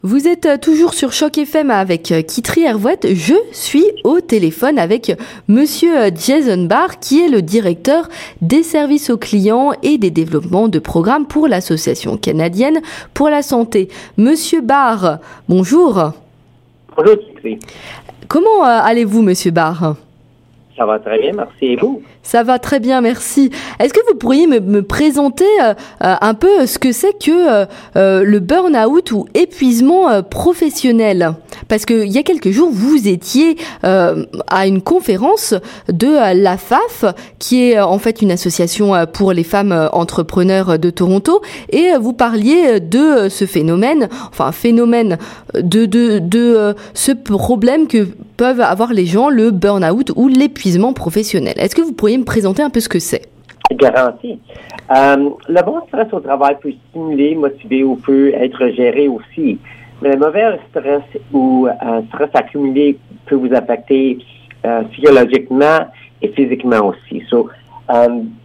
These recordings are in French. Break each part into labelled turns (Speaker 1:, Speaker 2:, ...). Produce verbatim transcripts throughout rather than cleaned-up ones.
Speaker 1: Vous êtes toujours sur Choc F M avec Kitry Hervouette. Je suis au téléphone avec Monsieur Jason Barr, qui est le directeur des services aux clients et des développements de programmes pour l'Association canadienne pour la santé. Monsieur Barr, bonjour.
Speaker 2: Bonjour Kitry.
Speaker 1: Comment allez-vous, Monsieur Barr?
Speaker 2: Ça va très bien, merci. Et vous?
Speaker 1: Ça va très bien, merci. Est-ce que vous pourriez me, me présenter euh, un peu ce que c'est que euh, le burn-out ou épuisement euh, professionnel? Parce qu'il y a quelques jours, vous étiez euh, à une conférence de euh, la F A F, qui est euh, en fait une association euh, pour les femmes euh, entrepreneurs de Toronto, et euh, vous parliez de euh, ce phénomène, enfin phénomène de, de, de euh, ce problème que peuvent avoir les gens, le burn-out ou l'épuisement professionnel. Est-ce que vous pourriez me présenter un peu ce que c'est?
Speaker 2: Garanti. Euh, le bon stress au travail peut stimuler, motiver ou peut être géré aussi. Mais le mauvais stress ou un stress accumulé peut vous affecter euh, psychologiquement et physiquement aussi. So, euh,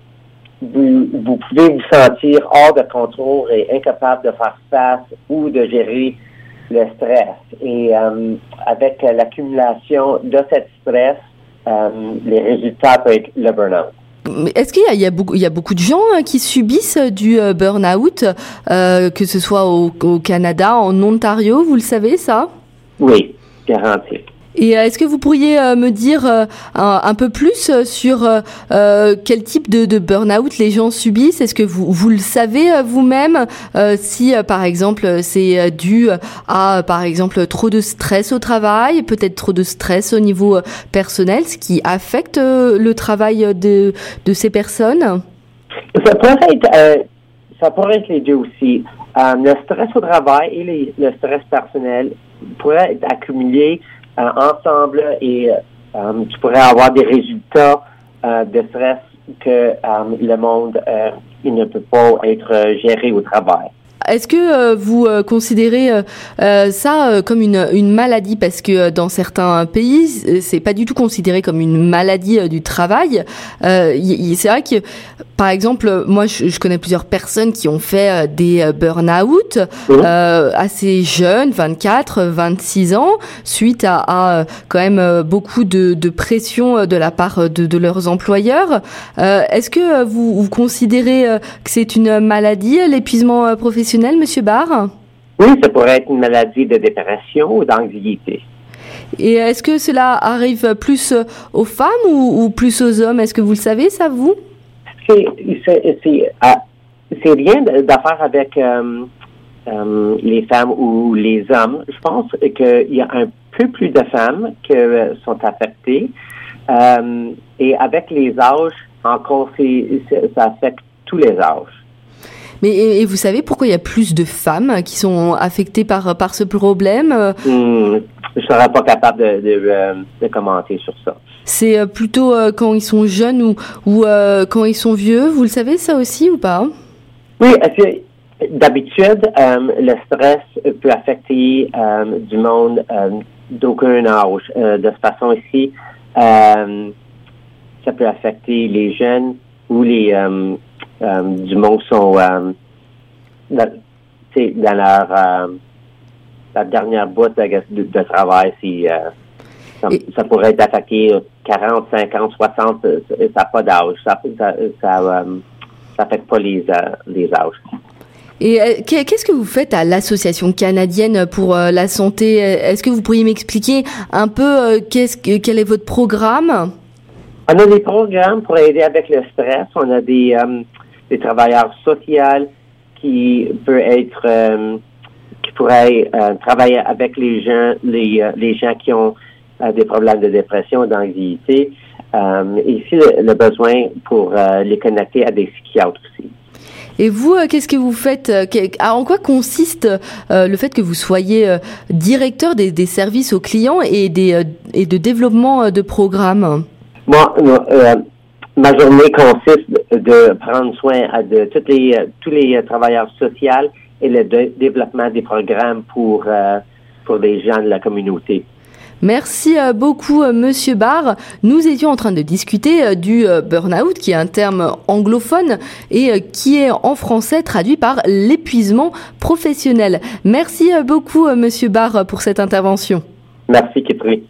Speaker 2: vous, vous pouvez vous sentir hors de contrôle et incapable de faire face ou de gérer le stress. Et euh, avec l'accumulation de cet stress, euh, les résultats peuvent être le burn-out.
Speaker 1: Est-ce qu'il y a, il y a, beaucoup, il y a beaucoup de gens qui subissent du burn-out, euh, que ce soit au, au Canada, en Ontario, vous le savez ça?
Speaker 2: Oui, garanti.
Speaker 1: Et est-ce que vous pourriez euh, me dire euh, un, un peu plus sur euh, quel type de, de burn-out les gens subissent? Est-ce que vous, vous le savez euh, vous-même euh, si, euh, par exemple, c'est dû à, par exemple, trop de stress au travail, peut-être trop de stress au niveau personnel, ce qui affecte euh, le travail de, de ces personnes?
Speaker 2: Ça pourrait être, euh, ça pourrait être les deux aussi. Euh, le stress au travail et les, le stress personnel pourraient être accumulés Euh, ensemble et euh, tu pourrais avoir des résultats euh, de stress que euh, le monde euh, il ne peut pas être géré au travail.
Speaker 1: Est-ce que euh, vous euh, considérez euh, euh, ça euh, comme une, une maladie? Parce que euh, dans certains pays, c'est pas du tout considéré comme une maladie euh, du travail. Euh, y, y, c'est vrai que, par exemple, moi, je, je connais plusieurs personnes qui ont fait euh, des euh, burn-out mmh. euh, assez jeunes, vingt-quatre, vingt-six ans, suite à, à quand même euh, beaucoup de, de pression de la part de, de leurs employeurs. Euh, est-ce que vous, vous considérez euh, que c'est une maladie, l'épuisement euh, professionnel? Monsieur Barr?
Speaker 2: Oui, ça pourrait être une maladie de dépression ou d'anxiété.
Speaker 1: Et est-ce que cela arrive plus aux femmes ou, ou plus aux hommes? Est-ce que vous le savez, ça, vous?
Speaker 2: C'est, c'est, c'est, ah, c'est rien d'affaire avec euh, euh, les femmes ou les hommes. Je pense qu'il y a un peu plus de femmes qui sont affectées. Euh, et avec les âges, encore, c'est, c'est, ça affecte tous les âges.
Speaker 1: Mais et, et vous savez pourquoi il y a plus de femmes qui sont affectées par par ce problème?
Speaker 2: Mmh, je ne serais pas capable de, de, de commenter sur ça.
Speaker 1: C'est plutôt euh, quand ils sont jeunes ou, ou euh, quand ils sont vieux. Vous le savez ça aussi ou pas?
Speaker 2: Oui, d'habitude, euh, le stress peut affecter euh, du monde euh, d'aucun âge. Euh, de cette façon ici, euh, ça peut affecter les jeunes ou les euh, Euh, du monde sont euh, dans, dans leur euh, la dernière boîte de, de, de travail, si, euh, ça, ça pourrait être affecté quarante, cinquante, soixante, ça n'a pas d'âge. Ça ça, ça, euh, ça affecte pas les, euh, les âges.
Speaker 1: Et euh, qu'est-ce que vous faites à l'Association canadienne pour euh, la santé? Est-ce que vous pourriez m'expliquer un peu euh, qu'est-ce que, quel est votre programme?
Speaker 2: On a des programmes pour aider avec le stress. On a des euh, des travailleurs sociaux qui peut être euh, qui pourraient euh, travailler avec les gens les euh, les gens qui ont euh, des problèmes de dépression et d'anxiété. Euh, et ici le, le besoin pour euh, les connecter à des psychiatres aussi.
Speaker 1: Et vous, euh, qu'est-ce que vous faites? En quoi consiste euh, le fait que vous soyez euh, directeur des, des services aux clients et des euh, et de développement de programmes?
Speaker 2: Moi, euh, ma journée consiste de prendre soin de tous les tous les travailleurs sociaux et le de, développement des programmes pour euh, pour les gens de la communauté.
Speaker 1: Merci beaucoup, Monsieur Barre. Nous étions en train de discuter du burn-out, qui est un terme anglophone et qui est en français traduit par l'épuisement professionnel. Merci beaucoup, Monsieur Barre, pour cette intervention.
Speaker 2: Merci, Kitri.